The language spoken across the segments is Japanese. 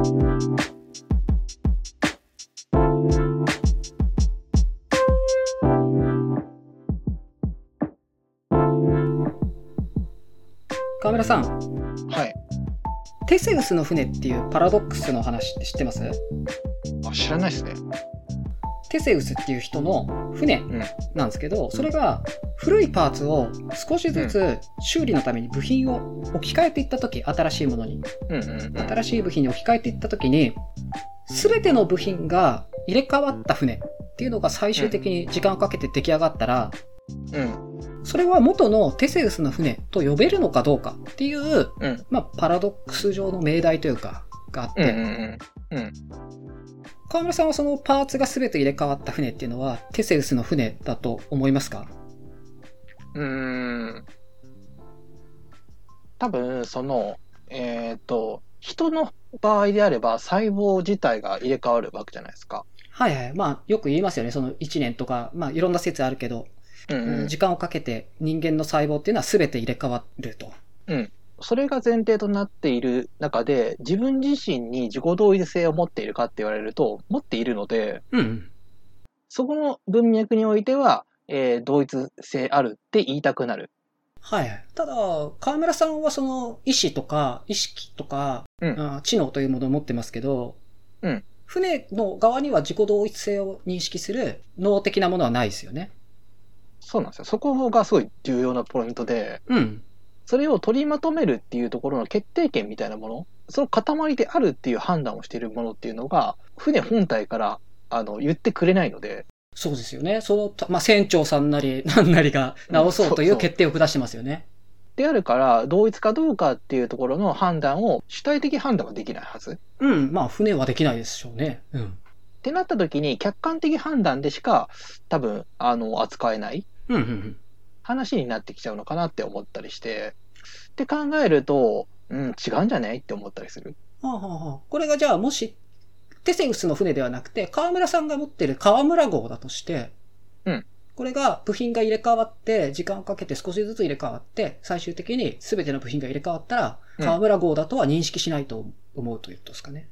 川村さん、 はい。 テセウスの船っていうパラドックスの話って知ってます？ 知らないですね。 テセウスっていう人の船なんですけど、それが古いパーツを少しずつ修理のために部品を置き換えていった時、新しいものに、新しい部品に置き換えていった時に、全ての部品が入れ替わった船っていうのが最終的に時間をかけて出来上がったら、それは元のテセウスの船と呼べるのかどうかっていう、パラドックス上の命題というかがあって、川村さんはそのパーツが全て入れ替わった船っていうのはテセウスの船だと思いますか？ 多分その人の場合であれば細胞自体が入れ替わるわけじゃないですか。 はいはい。まあよく言いますよね。その1年とか、いろんな説あるけど、時間をかけて人間の細胞っていうのは全て入れ替わると。 それが前提となっている中で、自分自身に自己同一性を持っているかって言われると、持っているので、そこの文脈においては、同一性あるって言いたくなる。 はい。ただ、川村さんはその意志とか意識とか、知能というものを持ってますけど、船の側には自己同一性を認識する脳的なものはないですよね。 そうなんですよ。そこがすごい重要なポイントで、それを取りまとめるっていうところの決定権みたいなもの、その塊であるっていう判断をしているものっていうのが、船本体から言ってくれないので。 そうですよね。船長さんなり何なりが直そうという決定を下してますよね。 であるから、同一かどうかっていうところの判断を、主体的判断はできないはず。 船はできないでしょうね。 ってなった時に、客観的判断でしか、多分、扱えない。話になってきちゃうのかなって思ったりして、って考えると、違うんじゃないって思ったりする。 これがじゃあもしテセウスの船ではなくて川村さんが持ってる川村号だとして、これが部品が入れ替わって時間をかけて少しずつ入れ替わって最終的に全ての部品が入れ替わったら、川村号だとは認識しないと思うということですかね。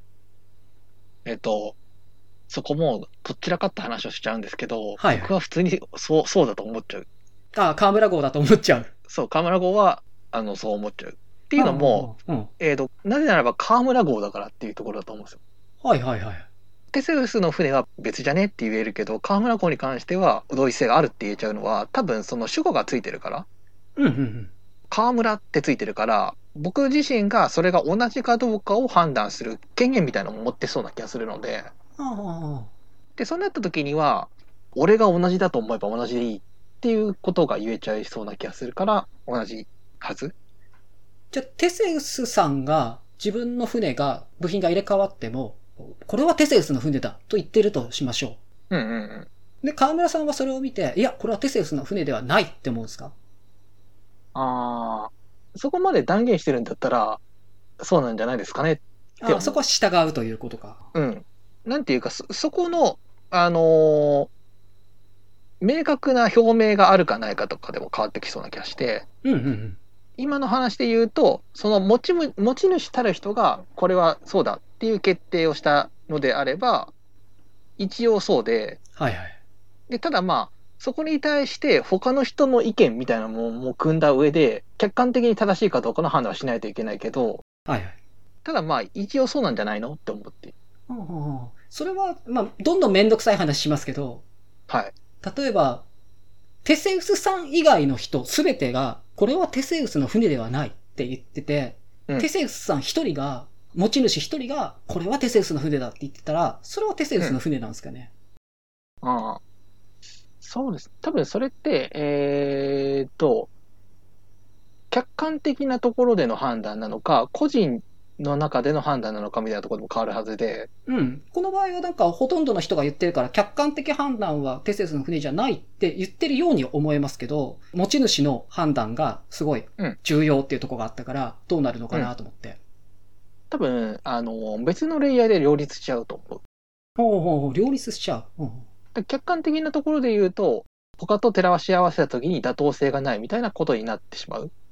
そこもとっちらかった話をしちゃうんですけど、僕は普通にそうだと思っちゃう。 川村号だと思っちゃう。 そう、川村号はそう思っちゃう。っていうのも、なぜならば川村号だからっていうところだと思うんですよ。テセウスの船は別じゃねって言えるけど、川村号に関しては同一性があるって言えちゃうのは、多分その主語がついてるから。川村ってついてるから、僕自身がそれが同じかどうかを判断する権限みたいなのを持ってそうな気がするので。で、そうなった時には、俺が同じだと思えば同じでいいっていうことが言えちゃいそうな気がするから、同じはず。 じゃあ、テセウスさんが自分の船が、部品が入れ替わっても、これはテセウスの船だと言ってるとしましょう。で、川村さんはそれを見て、いや、これはテセウスの船ではないって思うんですか？ そこまで断言してるんだったら、そうなんじゃないですかねって。 そこは従うということか。 なんていうか、そこの、明確な表明があるかないかとかでも変わってきそうな気がして、今の話で言うと、その持ち主たる人が、これはそうだっていう決定をしたのであれば、一応そうで、でただそこに対して他の人の意見みたいなものも組んだ上で、客観的に正しいかどうかの判断はしないといけないけど、ただ一応そうなんじゃないのって思っている。 それは、どんどんめんどくさい話しますけど、例えば、テセウスさん以外の人すべてが、これはテセウスの船ではないって言ってて、テセウスさん一人が、持ち主一人が、これはテセウスの船だって言ってたら、それはテセウスの船なんですかね。 そうです。多分それって、客観的なところでの判断なのか、個人の中での判断なのかみたいなところでも変わるはずで。 この場合はなんかほとんどの人が言ってるから、客観的判断はテセウスの船じゃないって言ってるように思えますけど、持ち主の判断がすごい重要っていうところがあったから、どうなるのかなと思って。 多分、別のレイヤーで両立しちゃうと思う。 両立しちゃう。 客観的なところで言うと、他と照らし合わせた時に妥当性がないみたいなことになってしまう。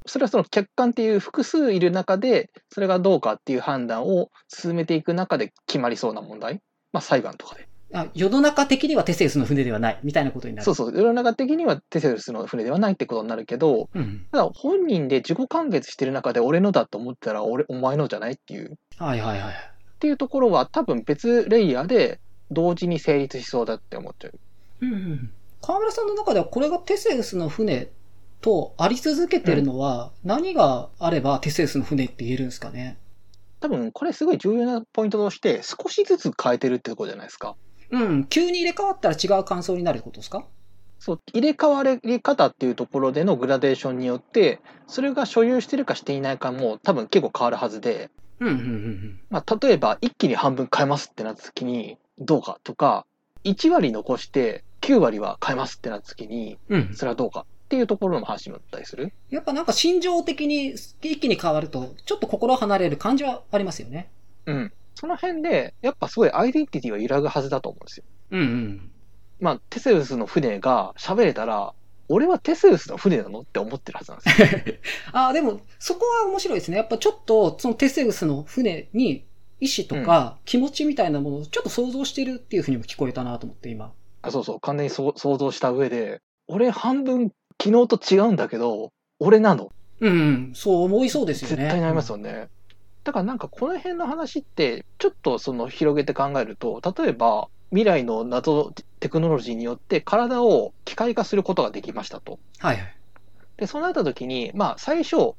それはその客観っていう複数いる中で、それがどうかっていう判断を進めていく中で決まりそうな問題。まあ裁判とかで。 世の中的にはテセウスの船ではないみたいなことになる。 そうそう。世の中的にはテセウスの船ではないってことになるけど、ただ本人で自己完結してる中で俺のだと思ったらお前のじゃないっていう。 はいはいはい。 っていうところは多分別レイヤーで同時に成立しそうだって思っちゃう。 川村さんの中ではこれがテセウスの船とあり続けてるのは、何があればテセウスの船って言えるんですかね。 多分これすごい重要なポイントとして少しずつ変えてるってところじゃないですか。 急に入れ替わったら違う感想になるってことですか？ そう、入れ替わり方っていうところでのグラデーションによって、それが所有してるかしていないかも多分結構変わるはずで、まあ、例えば一気に半分変えますってなった時にどうかとか、1割残して9割は変えますってなった時に、それはどうかっていうところの話になったりする。 やっぱなんか心情的に一気に変わると、ちょっと心離れる感じはありますよね。 その辺で、やっぱすごいアイデンティティは揺らぐはずだと思うんですよ。まあ、テセウスの船が喋れたら、俺はテセウスの船なのって思ってるはずなんですよ。 でも、そこは面白いですね。やっぱちょっと、そのテセウスの船に意志とか気持ちみたいなものをちょっと想像してるっていうふうにも聞こえたなと思って今。 そうそう、完全に想像した上で、俺半分昨日と違うんだけど、俺なの。 そう思いそうですよね。 絶対なりますよね。だからなんかこの辺の話って、ちょっとその広げて考えると、例えば未来の謎テクノロジーによって体を機械化することができましたと。で、そうなった時に、まあ最初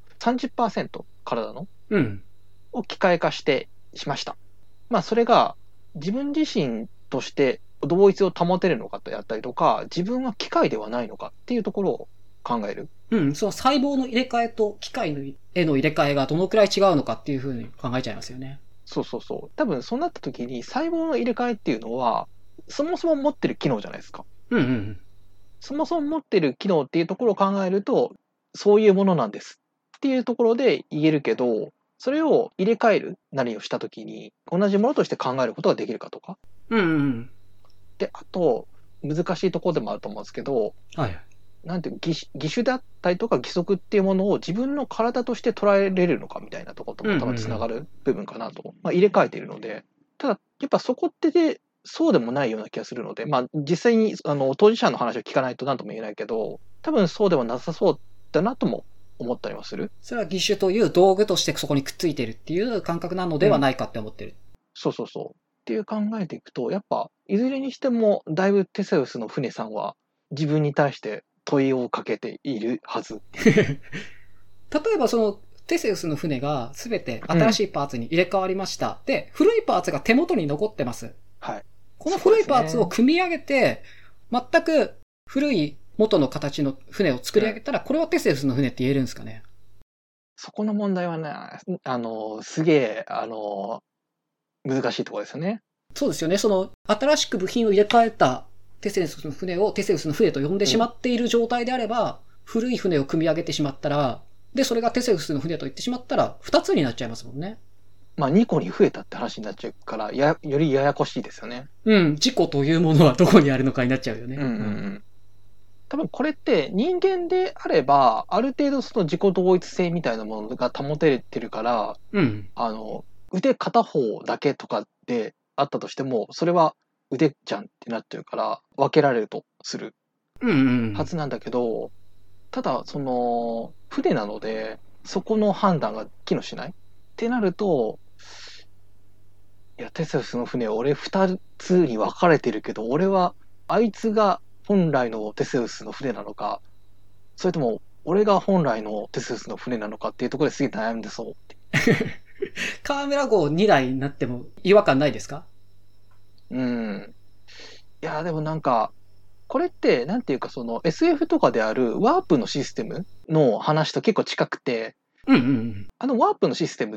30% 体の、を機械化しました。まあそれが自分自身として同一を保てるのかとやったりとか、自分は機械ではないのかっていうところを考える。 その細胞の入れ替えと機械への入れ替えがどのくらい違うのかっていうふうに考えちゃいますよね。 そうそうそう。多分そうなった時に細胞の入れ替えっていうのは、そもそも持ってる機能じゃないですか。そもそも持ってる機能っていうところを考えると、そういうものなんですっていうところで言えるけど、それを入れ替えるなりをした時に、同じものとして考えることができるかとか。で、あと、難しいところでもあると思うんですけど、なんていう義手だったりとか義足っていうものを自分の体として捉えれるのかみたいなところとも多分つながる部分かなと、まあ、入れ替えているので、ただやっぱそこってそうでもないような気がするので、まあ、実際に当事者の話を聞かないと何とも言えないけど、多分そうではなさそうだなとも思ったりはする。 それは義手という道具としてそこにくっついてるっていう感覚なのではないかって思ってる。 そうそうそうっていう考えていくと、やっぱいずれにしてもだいぶテセウスの船さんは自分に対して問いをかけているはず。 例えばそのテセウスの船が全て新しいパーツに入れ替わりました。で、古いパーツが手元に残ってます。この古いパーツを組み上げて、全く古い元の形の船を作り上げたら、これはテセウスの船って言えるんですかね？ そこの問題はね、すげえ、難しいところですよね。 そうですよね。その、新しく部品を入れ替えたテセウスの船をテセウスの船と呼んでしまっている状態であれば、古い船を組み上げてしまったら、で、それがテセウスの船と言ってしまったら、2つになっちゃいますもんね。 まあ、2個に増えたって話になっちゃうから、よりややこしいですよね。 自己というものはどこにあるのかになっちゃうよね。 多分これって人間であれば、ある程度その自己同一性みたいなものが保ててるから、腕片方だけとかであったとしても、それは腕じゃんってなっちゃうから、分けられるとするはずなんだけど、ただ、その、船なので、そこの判断が機能しないってなると、いや、テセウスの船、俺2つに分かれてるけど、俺は、あいつが本来のテセウスの船なのか、それとも、俺が本来のテセウスの船なのかっていうところですげえ悩んでそうって。 河村号2台になっても違和感ないですか？ いや、でもなんか、これって、なんていうか、その SF とかであるワープのシステムの話と結構近くて、ワープのシステムって、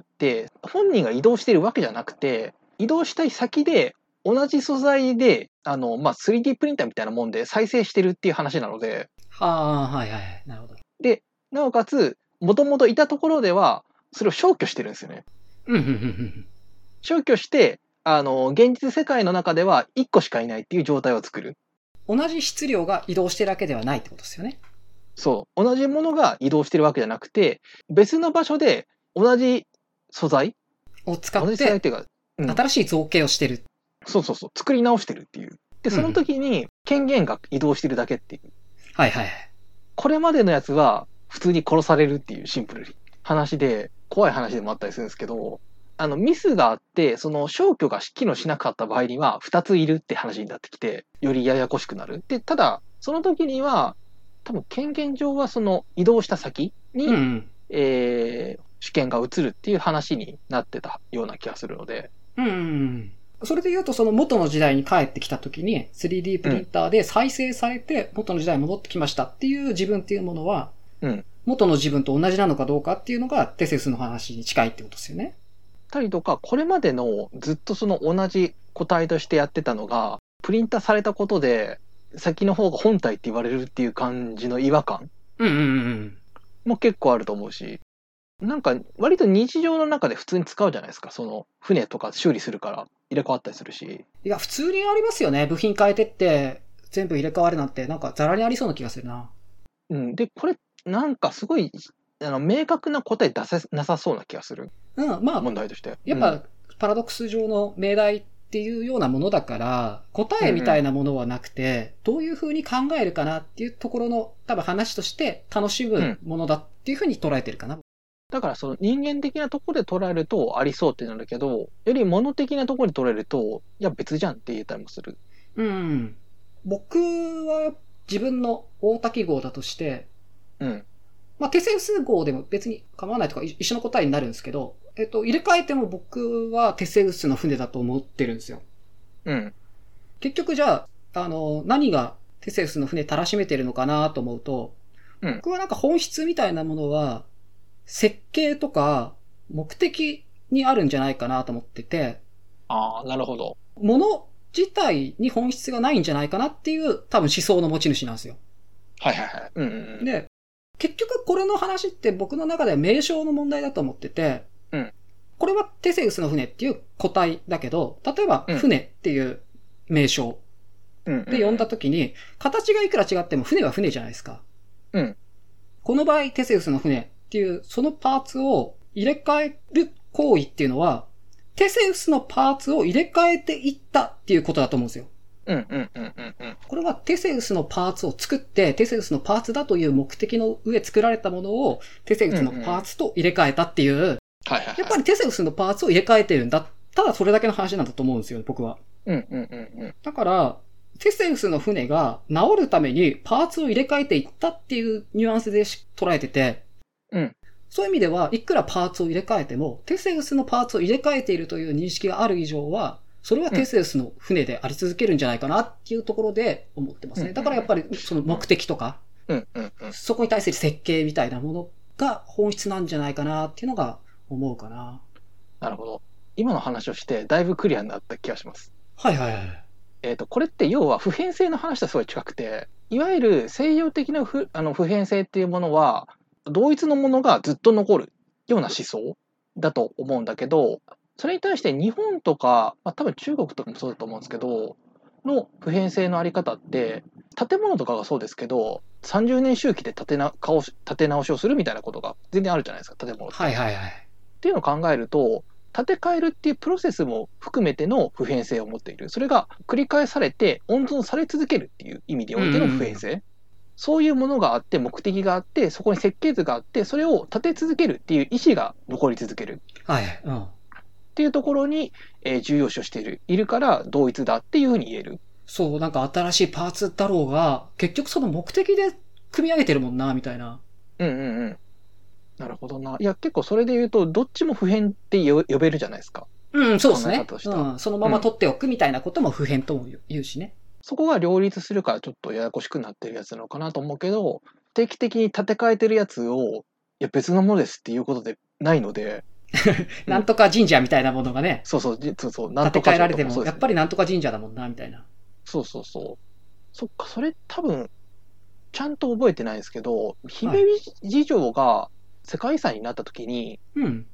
本人が移動してるわけじゃなくて、移動したい先で、同じ素材で、3D プリンターみたいなもんで再生してるっていう話なので。 なるほど。 で、なおかつ、もともといたところでは、それを消去してるんですよね。消去して、現実世界の中では1個しかいないっていう状態を作る。 同じ質量が移動してるわけではないってことですよね。 そう同じものが移動してるわけじゃなくて、別の場所で同じ素材を使って同じ素材っていうか、 新しい造形をしてる。 そう作り直してるっていう。でその時に権限が移動してるだけっていう。 はいはい。 これまでのやつは普通に殺されるっていうシンプルに話で、怖い話でもあったりするんですけど、ミスがあってその消去が機能しなかった場合には2ついるって話になってきて、よりややこしくなる。でただその時には多分権限上はその移動した先に、主権が移るっていう話になってたような気がするので、 それで言うと、その元の時代に帰ってきた時に 3D プリンターで再生されて元の時代に戻ってきましたっていう自分っていうものは、元の自分と同じなのかどうかっていうのがテセウスの話に近いってことですよね。 たりとか、これまでのずっとその同じ個体としてやってたのがプリンターされたことで先の方が本体って言われるっていう感じの違和感も結構あると思うし、なんか割と日常の中で普通に使うじゃないですか。その船とか修理するから入れ替わったりするし。 いや普通にありますよね。部品変えてって全部入れ替わるなんてなんかザラにありそうな気がするな。 でこれなんかすごい明確な答え出せなさそうな気がする。まあ問題として。 やっぱ、パラドックス上の命題っていうようなものだから答えみたいなものはなくて、どういう風に考えるかなっていうところの多分話として楽しむものだっていう風に捉えてるかな。 だからその人間的なところで捉えるとありそうってなるけど、より物的なところで捉えるといや別じゃんって言えたりもする。 僕は自分の大滝号だとして、テセウス号でも別に構わないとか一緒の答えになるんですけど、入れ替えても僕はテセウスの船だと思ってるんですよ。結局じゃあ、何がテセウスの船たらしめてるのかなと思うと、僕はなんか本質みたいなものは、設計とか目的にあるんじゃないかなと思ってて。 なるほど。 物自体に本質がないんじゃないかなっていう多分思想の持ち主なんですよ。で、結局これの話って僕の中では名称の問題だと思ってて、これはテセウスの船っていう個体だけど、例えば船っていう名称で呼んだときに、形がいくら違っても船は船じゃないですか。この場合テセウスの船っていうそのパーツを入れ替える行為っていうのは、テセウスのパーツを入れ替えていったっていうことだと思うんですよ。これはテセウスのパーツを作って、テセウスのパーツだという目的の上作られたものをテセウスのパーツと入れ替えたっていう、やっぱりテセウスのパーツを入れ替えてるんだ。ただそれだけの話なんだと思うんですよ、僕は。だから、テセウスの船が治るためにパーツを入れ替えていったっていうニュアンスで捉えてて、そういう意味では、いくらパーツを入れ替えても、テセウスのパーツを入れ替えているという認識がある以上は、それはテセウスの船であり続けるんじゃないかなっていうところで思ってますね。だからやっぱりその目的とか、そこに対する設計みたいなものが本質なんじゃないかなっていうのが思うかな。 なるほど。今の話をしてだいぶクリアになった気がします。これって要は普遍性の話とすごい近くて、いわゆる西洋的な普遍性っていうものは、同一のものがずっと残るような思想だと思うんだけど、それに対して日本とか、多分中国とかもそうだと思うんですけど、の普遍性のあり方って、建物とかがそうですけど、30年周期で建て直しをするみたいなことが全然あるじゃないですか、建物って。っていうのを考えると、建て替えるっていうプロセスも含めての普遍性を持っている。それが繰り返されて温存され続けるっていう意味においての普遍性。そういうものがあって、目的があって、そこに設計図があって、それを立て続けるっていう意思が残り続ける。っていうところに、重要視をしているから同一だっていうふうに言える。 そう、なんか新しいパーツだろうが、結局その目的で組み上げてるもんな、みたいな。 なるほどな。いや、結構それで言うと、どっちも普遍って呼べるじゃないですか。 そうですね。そのまま取っておくみたいなことも普遍とも言うしね。 そこが両立するからちょっとややこしくなってるやつなのかなと思うけど、定期的に建て替えてるやつを、いや別のものですっていうことでないので。 なんとか神社みたいなものがね。 そう、 なんとか。建て替えられても、やっぱりなんとか神社だもんな、みたいな。 そっか、それ多分、ちゃんと覚えてないんですけど、姫路城が世界遺産になった時に、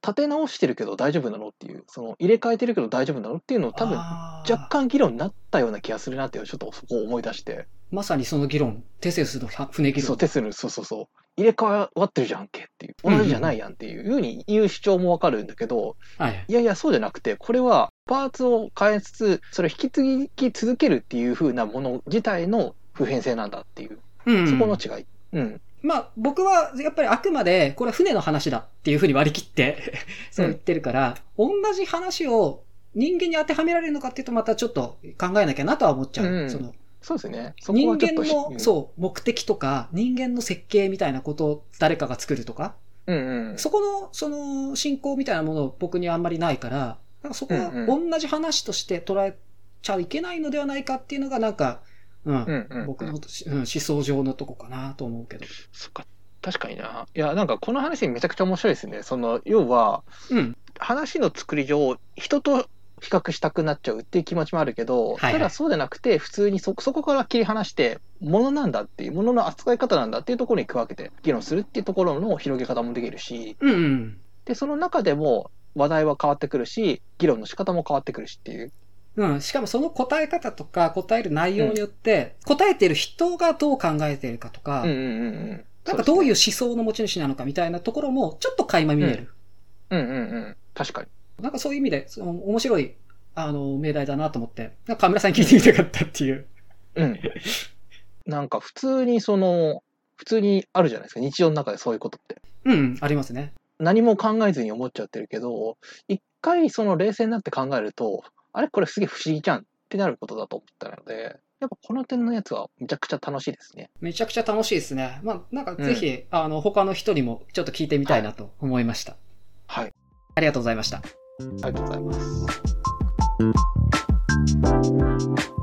立て直してるけど大丈夫なのっていう、その入れ替えてるけど大丈夫なのっていうのを多分若干議論になったような気がするなっていう、ちょっとそこを思い出して。 まさにその議論、テセウスの船議論。 そう、テセウス、そう。入れ替わってるじゃんけっていう。同じじゃないやんっていうふうに言う主張もわかるんだけど、いや、そうじゃなくて、これはパーツを変えつつ、それを引き継ぎ続けるっていうふうなもの自体の普遍性なんだっていう。そこの違い。 まあ僕はやっぱりあくまでこれは船の話だっていうふうに割り切ってそう言ってるから、同じ話を人間に当てはめられるのかっていうとまたちょっと考えなきゃなとは思っちゃう。 そうですね。 人間の、そう、目的とか、人間の設計みたいなことを誰かが作るとか、そこの、その、信仰みたいなもの僕にはあんまりないから、なんかそこは同じ話として捉えちゃいけないのではないかっていうのがなんか、僕の、思想上のとこかなと思うけど。 そっか。確かにな。いや、なんかこの話めちゃくちゃ面白いですね。その、要は、話の作り上、人と比較したくなっちゃうっていう気持ちもあるけど、ただそうじゃなくて、普通にそこから切り離して、物なんだっていう、物の扱い方なんだっていうところに分けて議論するっていうところの広げ方もできるし、で、その中でも話題は変わってくるし、議論の仕方も変わってくるしっていう。 しかもその答え方とか答える内容によって、答えてる人がどう考えているかとか、なんかどういう思想の持ち主なのかみたいなところもちょっと垣間見える。 確かに。 なんかそういう意味で、面白い、命題だなと思って、河村さんに聞いてみたかったっていう。 なんか普通にあるじゃないですか。日常の中でそういうことって。 ありますね。 何も考えずに思っちゃってるけど、一回その冷静になって考えると、あれこれすげえ不思議じゃんってなることだと思ったので、やっぱこの点のやつはめちゃくちゃ楽しいですね。 めちゃくちゃ楽しいですね。まあ、なんかぜひ、他の人にもちょっと聞いてみたいなと思いました。 はい。 ありがとうございました。 ありがとうございます。